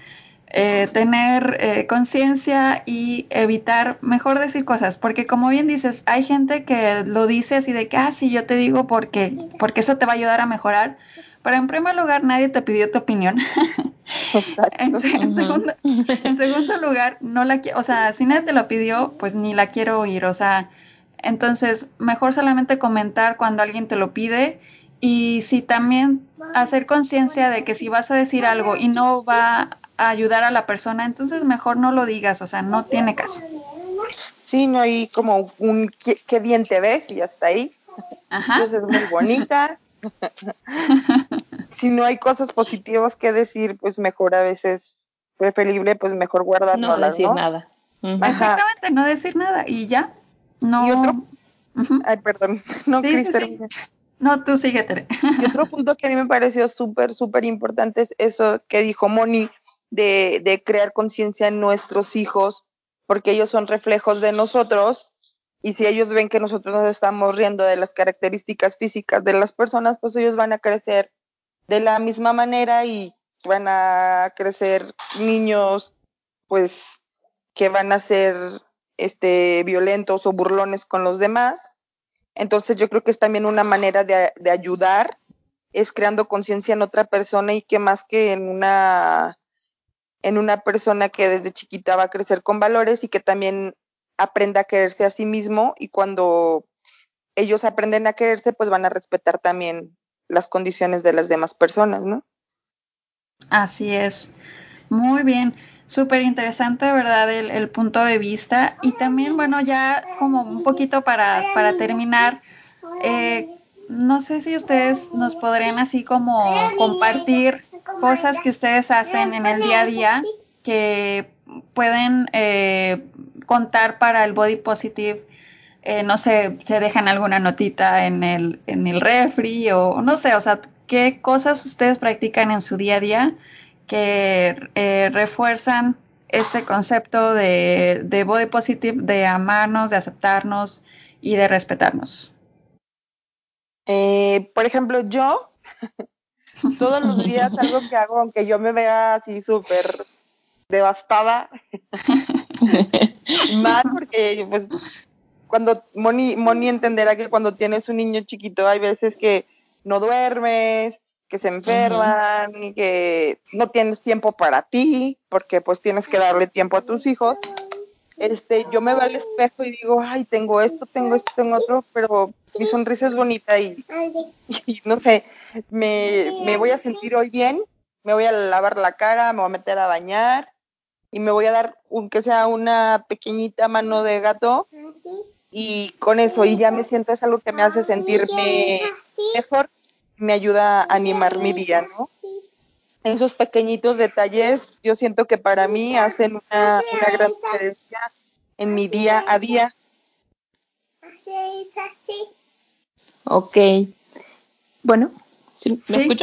Speaker 1: eh, tener eh, conciencia y evitar, mejor decir cosas, porque como bien dices, hay gente que lo dice así de que, ah, sí, yo te digo porque, porque eso te va a ayudar a mejorar, pero en primer lugar nadie te pidió tu opinión. En,
Speaker 2: Exacto.
Speaker 1: se- en segundo, en segundo lugar, no la qui- o sea, si nadie te lo pidió, pues ni la quiero oír, o sea, entonces mejor solamente comentar cuando alguien te lo pide y si también hacer conciencia de que si vas a decir algo y no va a ayudar a la persona, entonces mejor no lo digas, o sea, no tiene caso.
Speaker 2: Sí, no hay como un qué, qué bien te ves y hasta ahí.
Speaker 1: Ajá.
Speaker 2: Pues es muy bonita. Si no hay cosas positivas que decir, pues mejor a veces preferible, pues mejor
Speaker 3: No
Speaker 2: guardárnoslas,
Speaker 3: decir
Speaker 2: ¿no?
Speaker 3: nada. Ujú.
Speaker 2: Ajá.
Speaker 1: Exactamente, no decir nada y ya.
Speaker 2: Y otro,
Speaker 1: No. Ujú.
Speaker 2: ay, perdón, no,
Speaker 1: Sí,
Speaker 2: Cris,
Speaker 1: sí, sí.
Speaker 2: termina.
Speaker 1: No, tú síguete.
Speaker 2: Y otro punto que a mí me pareció súper, súper importante es eso que dijo Moni, de, de crear conciencia en nuestros hijos, porque ellos son reflejos de nosotros, y si ellos ven que nosotros nos estamos riendo de las características físicas de las personas, pues ellos van a crecer de la misma manera y van a crecer niños, pues, que van a ser este, violentos o burlones con los demás. Entonces yo creo que es también una manera de, de ayudar, es creando conciencia en otra persona y que más que en una, en una persona que desde chiquita va a crecer con valores y que también aprenda a quererse a sí mismo y cuando ellos aprenden a quererse, pues van a respetar también las condiciones de las demás personas, ¿no?
Speaker 1: Así es. Muy bien. Súper interesante, ¿verdad? El, el punto de vista. Y también, bueno, ya como un poquito para, para terminar, eh, no sé si ustedes nos podrían así como compartir cosas que ustedes hacen en el día a día que pueden eh, contar para el body positive. Eh, no sé, se dejan alguna notita en el, en el refri o no sé, o sea, qué cosas ustedes practican en su día a día que eh, refuerzan este concepto de, de body positive, de amarnos, de aceptarnos y de respetarnos.
Speaker 2: Eh, por ejemplo, yo todos los días algo que hago, aunque yo me vea así súper devastada, mal, porque pues cuando Moni, Moni entenderá que cuando tienes un niño chiquito hay veces que no duermes, que se enferman uh-huh. y que no tienes tiempo para ti, porque pues tienes que darle tiempo a tus hijos. Este, yo me veo al espejo y digo, ay, tengo esto, tengo esto, tengo otro, pero mi sonrisa es bonita y, y no sé, me, me voy a sentir hoy bien, me voy a lavar la cara, me voy a meter a bañar y me voy a dar, aunque sea una pequeñita mano de gato, y con eso, y ya me siento, es algo que me hace sentirme mejor, me ayuda a animar mi día, ¿no? Esos pequeñitos detalles, yo siento que para mí hacen una, una gran diferencia en mi día a día.
Speaker 3: Ok. Bueno, ¿sí? ¿Me
Speaker 1: ¿Sí?
Speaker 3: escucho?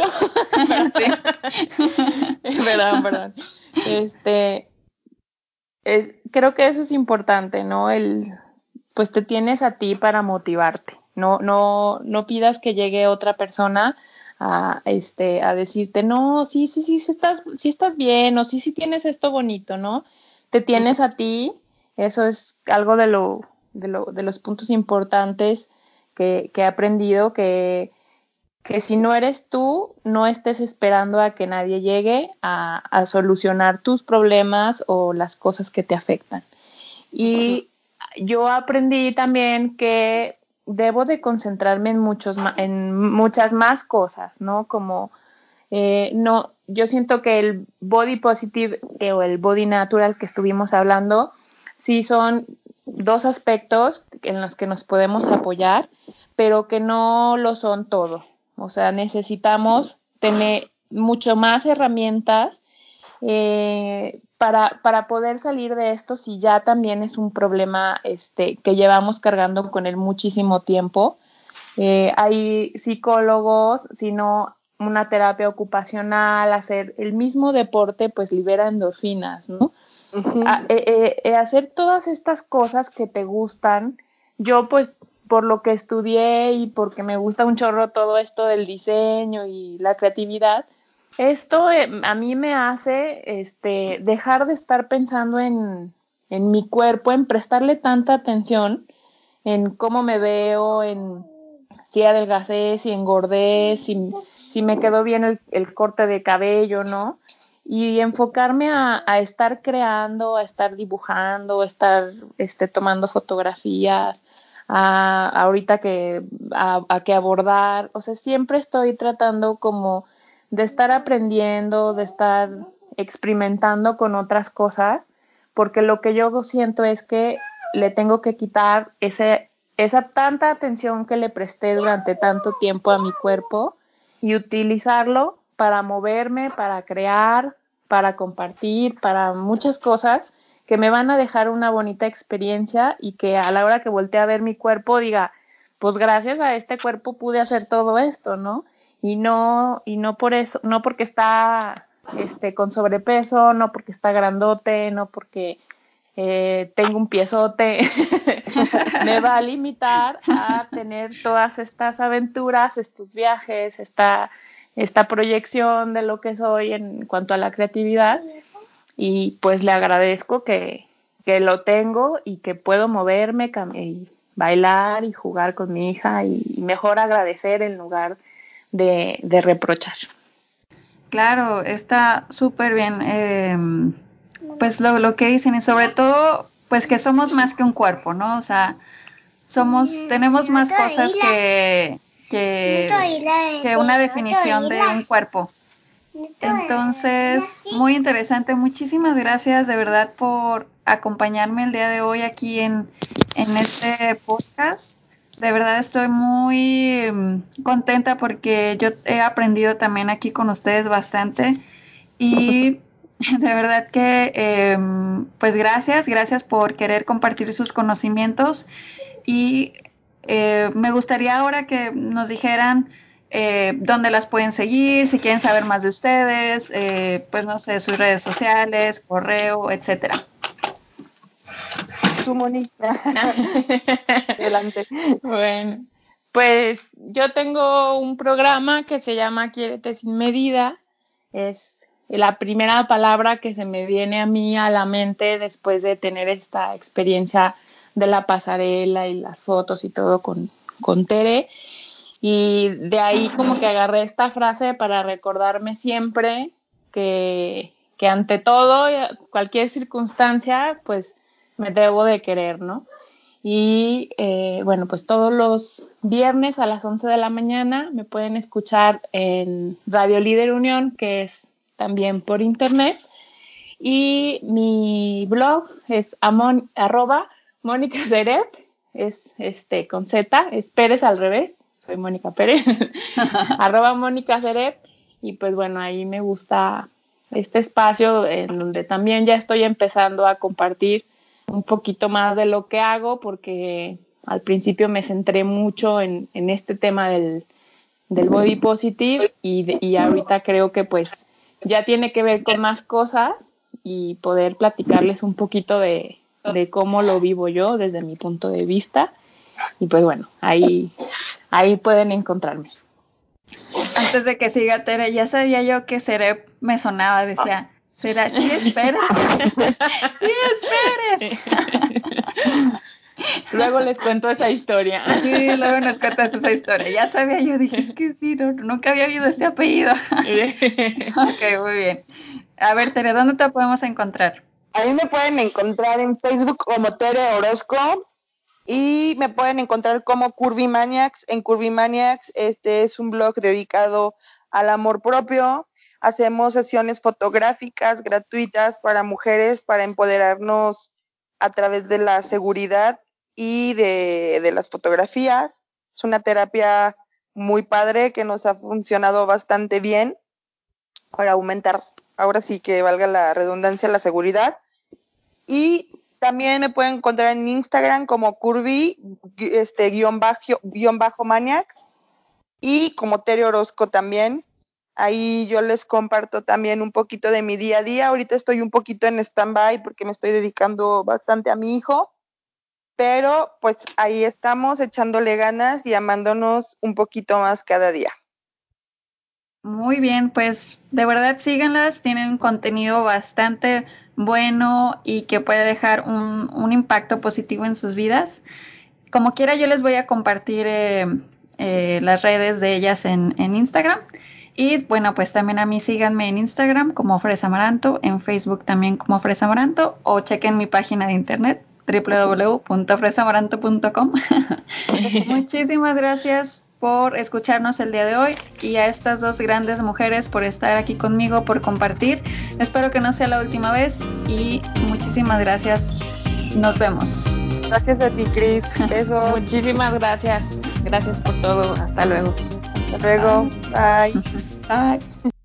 Speaker 3: Sí. Perdón, perdón. Este, es, creo que eso es importante, ¿no? El, pues te tienes a ti para motivarte. No, no, no pidas que llegue otra persona a, este, a decirte, no, sí, sí, sí, sí estás, sí estás bien, o sí, sí tienes esto bonito, ¿no? Te tienes a ti, eso es algo de lo, de lo, de los puntos importantes que, que he aprendido, que, que si no eres tú, no estés esperando a que nadie llegue a, a solucionar tus problemas o las cosas que te afectan. Y yo aprendí también que debo de concentrarme en muchos en muchas más cosas, ¿no? Como eh, no, yo siento que el body positive eh, o el body natural que estuvimos hablando, sí son dos aspectos en los que nos podemos apoyar, pero que no lo son todo. O sea, necesitamos tener mucho más herramientas eh, para, para poder salir de esto si ya también es un problema este, que llevamos cargando con él muchísimo tiempo. Eh, hay psicólogos, sino una terapia ocupacional, hacer el mismo deporte, pues libera endorfinas, ¿no? Uh-huh. A, eh, eh, hacer todas estas cosas que te gustan, yo pues por lo que estudié y porque me gusta un chorro todo esto del diseño y la creatividad, Esto eh, a mí me hace este, dejar de estar pensando en, en mi cuerpo, en prestarle tanta atención en cómo me veo, en si adelgacé, si engordé, si, si me quedó bien el, el corte de cabello, ¿no? Y enfocarme a, a estar creando, a estar dibujando, a estar este, tomando fotografías, a, ahorita que a, a que abordar, o sea, siempre estoy tratando como de estar aprendiendo, de estar experimentando con otras cosas, porque lo que yo siento es que le tengo que quitar ese, esa tanta atención que le presté durante tanto tiempo a mi cuerpo y utilizarlo para moverme, para crear, para compartir, para muchas cosas que me van a dejar una bonita experiencia y que a la hora que voltee a ver mi cuerpo diga, pues gracias a este cuerpo pude hacer todo esto, ¿no? Y no, y no por eso, no porque está este, con sobrepeso, no porque está grandote, no porque eh, tengo un piezote, me va a limitar a tener todas estas aventuras, estos viajes, esta, esta proyección de lo que soy en cuanto a la creatividad. Y pues le agradezco que, que lo tengo y que puedo moverme, y bailar y jugar con mi hija y mejor agradecer en lugar de, de reprochar.
Speaker 1: Claro, está súper bien. Eh, pues lo, lo que dicen y sobre todo, pues que somos más que un cuerpo, ¿no? O sea, somos, tenemos más cosas que, que, que una definición de un cuerpo. Entonces, muy interesante. Muchísimas gracias de verdad por acompañarme el día de hoy aquí en, en este podcast. De verdad estoy muy um, contenta porque yo he aprendido también aquí con ustedes bastante y de verdad que eh, pues gracias, gracias por querer compartir sus conocimientos y eh, me gustaría ahora que nos dijeran eh, dónde las pueden seguir, si quieren saber más de ustedes, eh, pues no sé, sus redes sociales, correo, etcétera.
Speaker 2: Tú, Mónica. Adelante.
Speaker 3: Bueno, pues yo tengo un programa que se llama Quiérete sin medida. Es la primera palabra que se me viene a mí a la mente después de tener esta experiencia de la pasarela y las fotos y todo con, con Tere. Y de ahí como que agarré esta frase para recordarme siempre que, que ante todo, cualquier circunstancia, pues me debo de querer, ¿no? Y eh, bueno, pues todos los viernes a las once de la mañana me pueden escuchar en Radio Líder Unión, que es también por internet. Y mi blog es amon, arroba Mónica Serep, es este con Z, es Pérez al revés, soy Mónica Pérez, arroba Mónica Serep. Y pues bueno, ahí me gusta este espacio en donde también ya estoy empezando a compartir un poquito más de lo que hago, porque al principio me centré mucho en, en este tema del, del body positive y, de, y ahorita creo que pues ya tiene que ver con más cosas y poder platicarles un poquito de, de cómo lo vivo yo desde mi punto de vista. Y pues bueno, ahí, ahí pueden encontrarme.
Speaker 1: Antes de que siga Tere, ya sabía yo que Serep me sonaba, decía, ¿será? ¿Sí es Pérez? ¡Sí es Pérez!
Speaker 3: Luego les cuento esa historia.
Speaker 1: Sí, luego nos cuentas esa historia. Ya sabía yo, dije, es que sí, no, nunca había oído este apellido. Ok, muy bien. A ver, Tere, ¿dónde te podemos encontrar?
Speaker 2: A mí me pueden encontrar en Facebook como Tere Orozco y me pueden encontrar como Curvy Maniacs. En Curvy Maniacs, este es un blog dedicado al amor propio. Hacemos sesiones fotográficas gratuitas para mujeres para empoderarnos a través de la seguridad y de, de las fotografías. Es una terapia muy padre que nos ha funcionado bastante bien para aumentar, ahora sí que valga la redundancia, la seguridad. Y también me pueden encontrar en Instagram como Curvy, este, guión bajo, guión bajo Maniacs, y como Tere Orozco también. Ahí yo les comparto también un poquito de mi día a día. Ahorita estoy un poquito en stand-by porque me estoy dedicando bastante a mi hijo, pero pues ahí estamos echándole ganas y amándonos un poquito más cada día.
Speaker 1: Muy bien, pues de verdad síganlas, tienen contenido bastante bueno y que puede dejar un, un impacto positivo en sus vidas. Como quiera, yo les voy a compartir eh, eh, las redes de ellas en, en Instagram. Y bueno, pues también a mí síganme en Instagram como Fresa Amaranto, en Facebook también como Fresa Amaranto, o chequen mi página de internet doble u doble u doble u punto fresa amaranto punto com. Muchísimas gracias por escucharnos el día de hoy y a estas dos grandes mujeres por estar aquí conmigo, por compartir. Espero que no sea la última vez y muchísimas gracias. Nos vemos.
Speaker 2: Gracias a ti, Cris. Besos.
Speaker 3: Muchísimas gracias. Gracias por todo. Hasta luego.
Speaker 2: Hasta luego. Bye.
Speaker 1: Bye.